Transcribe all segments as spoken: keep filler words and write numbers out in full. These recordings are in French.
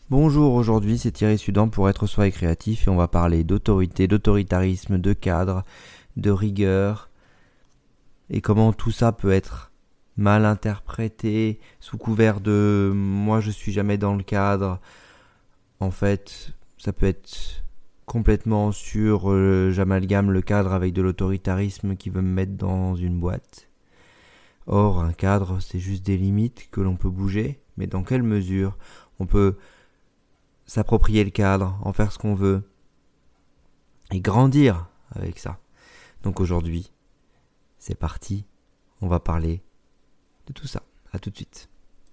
Bonjour, aujourd'hui c'est Thierry Sudan pour être soi et créatif et on va parler d'autorité, d'autoritarisme, de cadre, de rigueur et comment tout ça peut être mal interprété sous couvert de moi je suis jamais dans le cadre. En fait, ça peut être complètement sur euh, j'amalgame le cadre avec de l'autoritarisme qui veut me mettre dans une boîte. Or, un cadre, c'est juste des limites que l'on peut bouger, mais dans quelle mesure on peut s'approprier le cadre, en faire ce qu'on veut et grandir avec ça. Donc aujourd'hui, c'est parti, on va parler de tout ça. À tout de suite.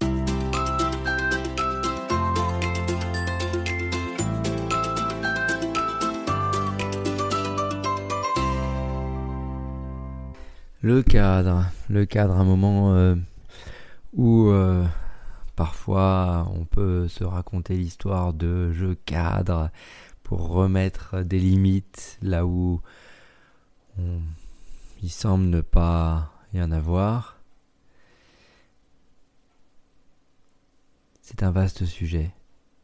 Le cadre, le cadre, un moment euh, où euh, parfois on peut se raconter l'histoire de je cadre pour remettre des limites là où on, il semble ne pas y en avoir. C'est un vaste sujet.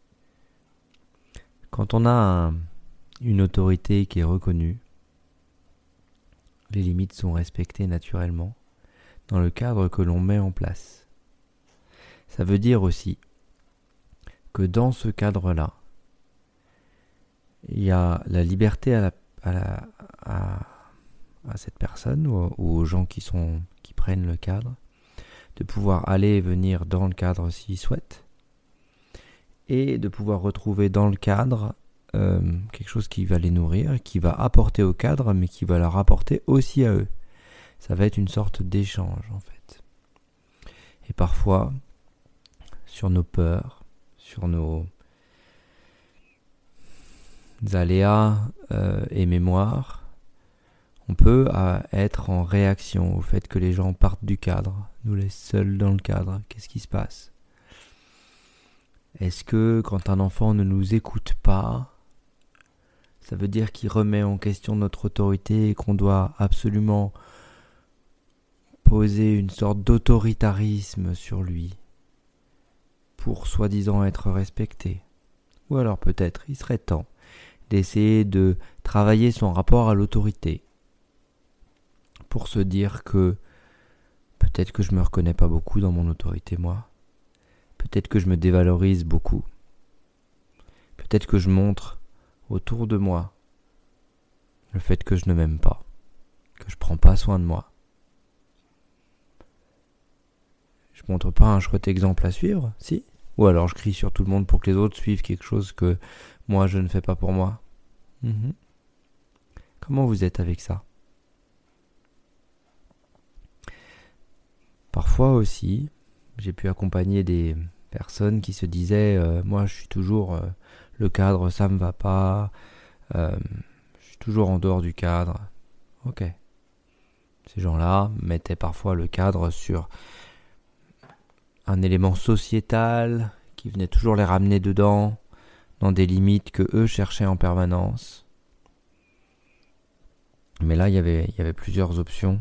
Quand on a un, une autorité qui est reconnue, les limites sont respectées naturellement dans le cadre que l'on met en place. Ça veut dire aussi que dans ce cadre-là, il y a la liberté à, la, à, la, à, à cette personne ou, ou aux gens qui, sont, qui prennent le cadre de pouvoir aller et venir dans le cadre s'ils souhaitent et de pouvoir retrouver dans le cadre euh, quelque chose qui va les nourrir, qui va apporter au cadre mais qui va leur apporter aussi à eux. Ça va être une sorte d'échange en fait. Et parfois, sur nos peurs, sur nos aléas euh, et mémoires, on peut euh, être en réaction au fait que les gens partent du cadre, nous laissent seuls dans le cadre. Qu'est-ce qui se passe ? Est-ce que quand un enfant ne nous écoute pas, ça veut dire qu'il remet en question notre autorité et qu'on doit absolument poser une sorte d'autoritarisme sur lui pour soi-disant être respecté? Ou alors peut-être il serait temps d'essayer de travailler son rapport à l'autorité pour se dire que peut-être que je me reconnais pas beaucoup dans mon autorité moi, peut-être que je me dévalorise beaucoup, peut-être que je montre autour de moi le fait que je ne m'aime pas, que je prends pas soin de moi. Je montre pas un chouette exemple à suivre, si ? Ou alors je crie sur tout le monde pour que les autres suivent quelque chose que moi je ne fais pas pour moi. Mmh. Comment vous êtes avec ça ? Parfois aussi, j'ai pu accompagner des personnes qui se disaient euh, « Moi je suis toujours euh, le cadre, ça me va pas, euh, je suis toujours en dehors du cadre. » Ok. Ces gens-là mettaient parfois le cadre sur un élément sociétal qui venait toujours les ramener dedans, dans des limites que eux cherchaient en permanence. Mais là, il y avait, il y avait plusieurs options.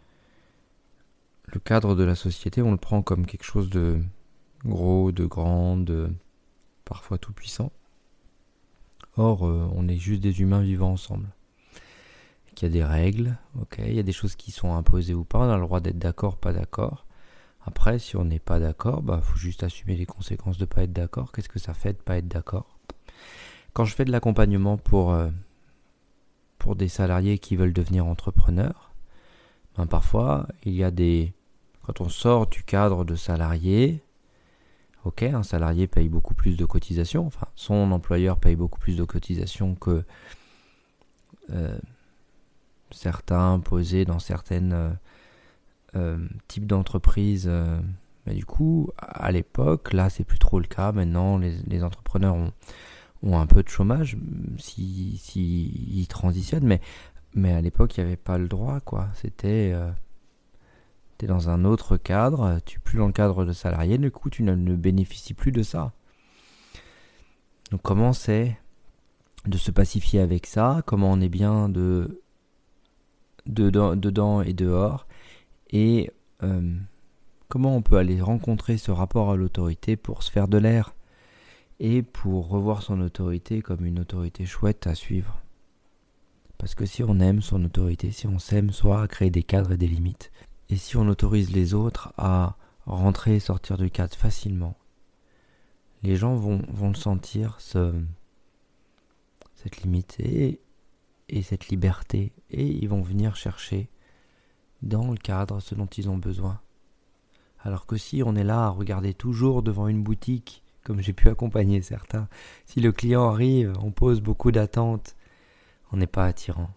Le cadre de la société, on le prend comme quelque chose de gros, de grand, de parfois tout puissant. Or, euh, on est juste des humains vivant ensemble. Il y a des règles, ok, il y a des choses qui sont imposées ou pas, on a le droit d'être d'accord, pas d'accord. Après, si on n'est pas d'accord, bah faut juste assumer les conséquences de ne pas être d'accord. Qu'est-ce que ça fait de ne pas être d'accord ? Quand je fais de l'accompagnement pour, euh, pour des salariés qui veulent devenir entrepreneurs, ben parfois, il y a des... Quand on sort du cadre de salarié, ok, un salarié paye beaucoup plus de cotisations, enfin, son employeur paye beaucoup plus de cotisations que euh, certains posés dans certaines... Euh, Euh, type d'entreprise, euh, mais du coup, à l'époque, là, c'est plus trop le cas. Maintenant, les, les entrepreneurs ont, ont un peu de chômage, si, si ils transitionnent, mais, mais à l'époque, il n'y avait pas le droit, quoi. C'était, euh, t'es dans un autre cadre, tu n'es plus dans le cadre de salarié, du coup, tu ne, ne bénéficies plus de ça. Donc, comment c'est de se pacifier avec ça ? Comment on est bien de, de, de dedans et dehors ? Et euh, comment on peut aller rencontrer ce rapport à l'autorité pour se faire de l'air et pour revoir son autorité comme une autorité chouette à suivre. Parce que si on aime son autorité, si on s'aime soi à créer des cadres et des limites, et si on autorise les autres à rentrer et sortir du cadre facilement, les gens vont, vont le sentir, ce, cette limite et, et cette liberté, et ils vont venir chercher dans le cadre ce dont ils ont besoin. Alors que si on est là à regarder toujours devant une boutique, comme j'ai pu accompagner certains, si le client arrive, on pose beaucoup d'attentes, on n'est pas attirant.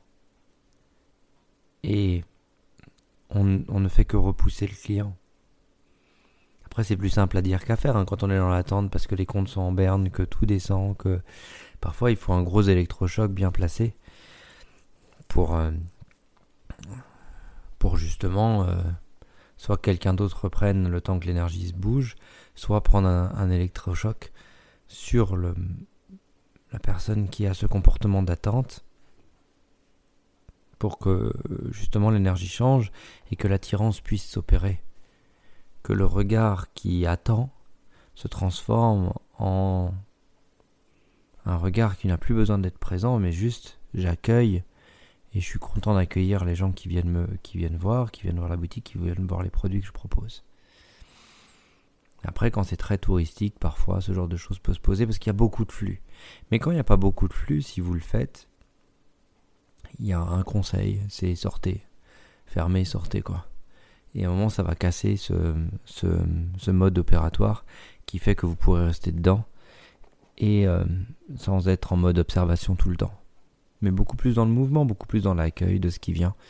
Et on, on ne fait que repousser le client. Après, c'est plus simple à dire qu'à faire hein, quand on est dans l'attente parce que les comptes sont en berne, que tout descend, que parfois il faut un gros électrochoc bien placé pour, euh, pour justement euh, soit que quelqu'un d'autre reprenne le temps que l'énergie se bouge, soit prendre un, un électrochoc sur le, la personne qui a ce comportement d'attente pour que justement l'énergie change et que l'attirance puisse s'opérer. Que le regard qui attend se transforme en un regard qui n'a plus besoin d'être présent, mais juste j'accueille et je suis content d'accueillir les gens qui viennent me, qui viennent voir, qui viennent voir la boutique, qui viennent voir les produits que je propose. Après, quand c'est très touristique, parfois ce genre de choses peut se poser parce qu'il y a beaucoup de flux. Mais quand il n'y a pas beaucoup de flux, si vous le faites, il y a un conseil, c'est sortez, fermez, sortez quoi. Et à un moment, ça va casser ce, ce, ce mode opératoire qui fait que vous pourrez rester dedans et euh, sans être en mode observation tout le temps. Mais beaucoup plus dans le mouvement, beaucoup plus dans l'accueil de ce qui vient.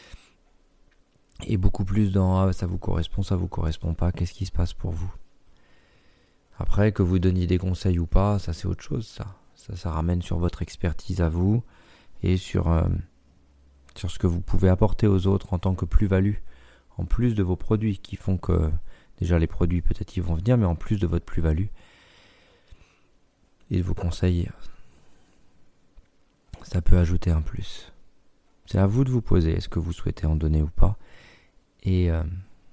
Et beaucoup plus dans ah, ça vous correspond, ça vous correspond pas, qu'est-ce qui se passe pour vous. Après, que vous donniez des conseils ou pas, ça c'est autre chose, ça. Ça, ça ramène sur votre expertise à vous et sur, euh, sur ce que vous pouvez apporter aux autres en tant que plus-value. En plus de vos produits qui font que, déjà les produits peut-être ils vont venir, mais en plus de votre plus-value et de vos conseils, ça peut ajouter un plus. C'est à vous de vous poser, est-ce que vous souhaitez en donner ou pas. Et, euh,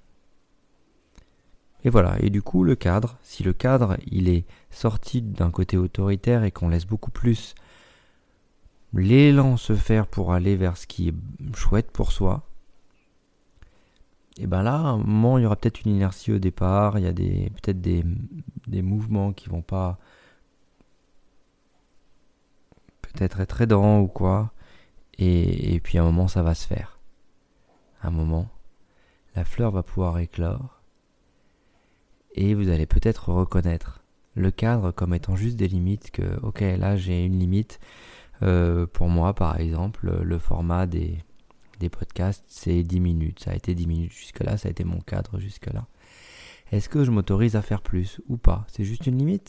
et voilà, et du coup le cadre, si le cadre il est sorti d'un côté autoritaire et qu'on laisse beaucoup plus l'élan se faire pour aller vers ce qui est chouette pour soi, et bien là, à un moment, il y aura peut-être une inertie au départ, il y a des, peut-être des, des mouvements qui vont pas peut-être être aidants ou quoi, et, et puis à un moment, ça va se faire. À un moment, la fleur va pouvoir éclore, et vous allez peut-être reconnaître le cadre comme étant juste des limites, que ok, là j'ai une limite, euh, pour moi par exemple, le format des... des podcasts, c'est dix minutes. Ça a été dix minutes jusque-là, ça a été mon cadre jusque-là. Est-ce que je m'autorise à faire plus ou pas ? C'est juste une limite ?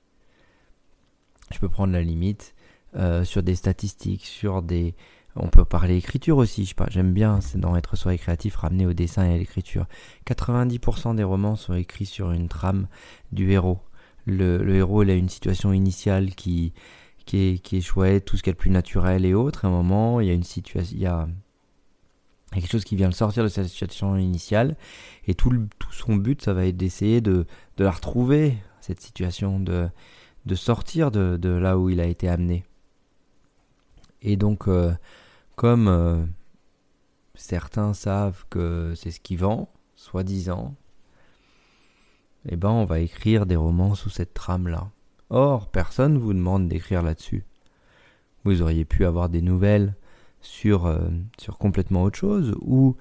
Je peux prendre la limite euh, sur des statistiques, sur des... On peut parler écriture aussi, je sais pas, j'aime bien, c'est dans Être soi et créatif, ramener au dessin et à l'écriture. quatre-vingt-dix pour cent des romans sont écrits sur une trame du héros. Le, le héros, il a une situation initiale qui, qui, est, qui est chouette, tout ce qu'il y a de plus naturel et autres. À un moment, il y a une situation... Il y a, Il y a quelque chose qui vient le sortir de sa situation initiale et tout, le, tout son but, ça va être d'essayer de, de la retrouver, cette situation, de, de sortir de, de là où il a été amené. Et donc, euh, comme euh, certains savent que c'est ce qui vend, soi-disant, eh ben on va écrire des romans sous cette trame-là. Or, personne ne vous demande d'écrire là-dessus. Vous auriez pu avoir des nouvelles sur, euh, sur complètement autre chose, ou,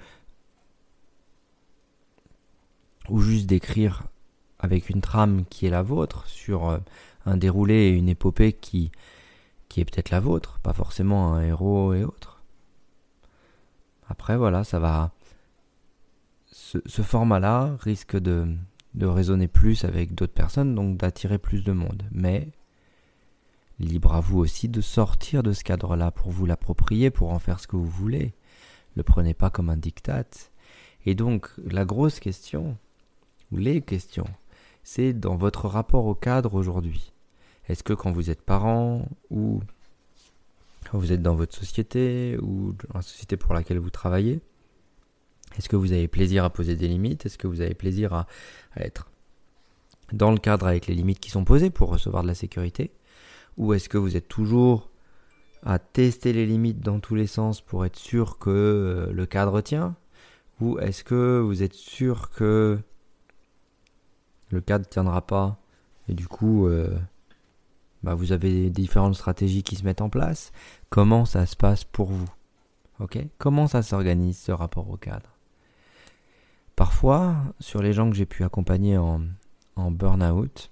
ou juste d'écrire avec une trame qui est la vôtre, sur euh, un déroulé et une épopée qui, qui est peut-être la vôtre, pas forcément un héros et autres. Après, voilà, ça va... Ce, ce format-là risque de, de résonner plus avec d'autres personnes, donc d'attirer plus de monde. Mais libre à vous aussi de sortir de ce cadre-là pour vous l'approprier, pour en faire ce que vous voulez. Ne le prenez pas comme un diktat. Et donc, la grosse question, ou les questions, c'est dans votre rapport au cadre aujourd'hui. Est-ce que quand vous êtes parent, ou quand vous êtes dans votre société, ou dans la société pour laquelle vous travaillez, est-ce que vous avez plaisir à poser des limites ? Est-ce que vous avez plaisir à, à être dans le cadre avec les limites qui sont posées pour recevoir de la sécurité? Ou est-ce que vous êtes toujours à tester les limites dans tous les sens pour être sûr que euh, le cadre tient? Ou est-ce que vous êtes sûr que le cadre ne tiendra pas et du coup euh, bah vous avez différentes stratégies qui se mettent en place? Comment ça se passe pour vous? Ok? Comment ça s'organise ce rapport au cadre? Parfois, sur les gens que j'ai pu accompagner en, en burn-out,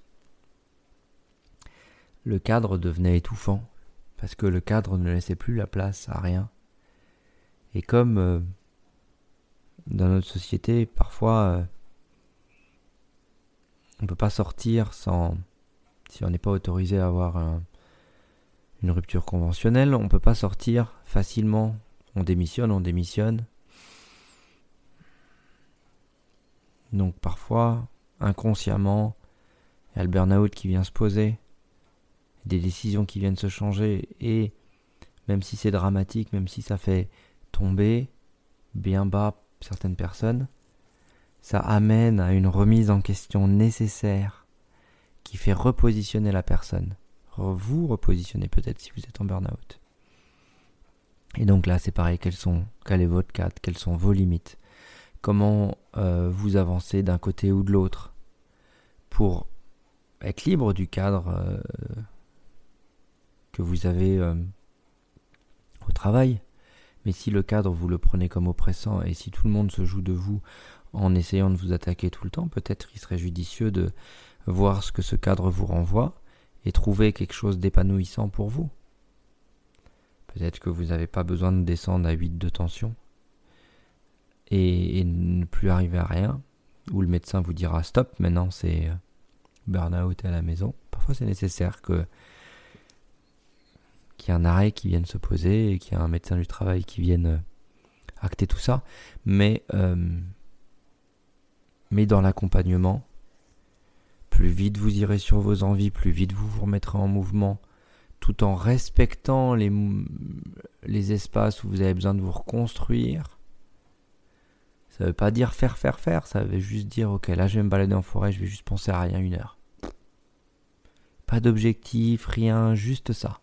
le cadre devenait étouffant parce que le cadre ne laissait plus la place à rien. Et comme euh, dans notre société, parfois, euh, on ne peut pas sortir sans, si on n'est pas autorisé à avoir un, une rupture conventionnelle, on ne peut pas sortir facilement. On démissionne, on démissionne. Donc parfois, inconsciemment, il y a le burn-out qui vient se poser, des décisions qui viennent se changer, et même si c'est dramatique, même si ça fait tomber bien bas certaines personnes, ça amène à une remise en question nécessaire qui fait repositionner la personne. Vous repositionnez peut-être si vous êtes en burn-out. Et donc là, c'est pareil, quels sont, quel est votre cadre, quelles sont vos limites? Comment euh, vous avancez d'un côté ou de l'autre pour être libre du cadre euh, que vous avez euh, au travail. Mais si le cadre, vous le prenez comme oppressant et si tout le monde se joue de vous en essayant de vous attaquer tout le temps, peut-être qu'il serait judicieux de voir ce que ce cadre vous renvoie et trouver quelque chose d'épanouissant pour vous. Peut-être que vous n'avez pas besoin de descendre à huit de tension et, et ne plus arriver à rien, ou le médecin vous dira stop, maintenant c'est burn-out à la maison. Parfois c'est nécessaire que qu'il y ait un arrêt qui vienne se poser et qu'il y ait un médecin du travail qui vienne acter tout ça, mais, euh, mais dans l'accompagnement, plus vite vous irez sur vos envies, plus vite vous vous remettrez en mouvement, tout en respectant les, les espaces où vous avez besoin de vous reconstruire. Ça ne veut pas dire faire, faire, faire, ça veut juste dire ok, là je vais me balader en forêt, je vais juste penser à rien une heure. Pas d'objectif, rien, juste ça.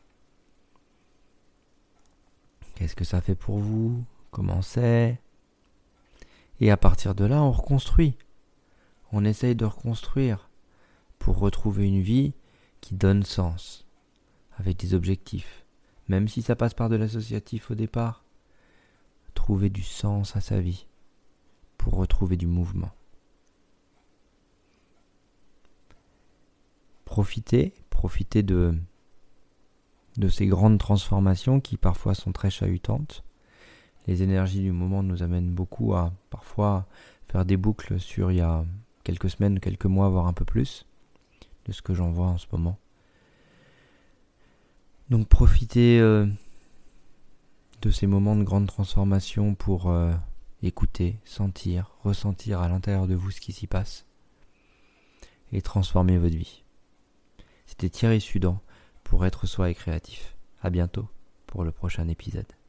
Qu'est-ce que ça fait pour vous? Comment c'est? Et à partir de là, on reconstruit. On essaye de reconstruire pour retrouver une vie qui donne sens, avec des objectifs. Même si ça passe par de l'associatif au départ, trouver du sens à sa vie pour retrouver du mouvement. Profitez, profitez de, de ces grandes transformations qui parfois sont très chahutantes. Les énergies du moment nous amènent beaucoup à parfois faire des boucles sur il y a quelques semaines, quelques mois, voire un peu plus, de ce que j'en vois en ce moment. Donc profitez euh, de ces moments de grande transformation pour euh, écouter, sentir, ressentir à l'intérieur de vous ce qui s'y passe et transformer votre vie. C'était Thierry Sudan pour Être Soi et Créatif. À bientôt pour le prochain épisode.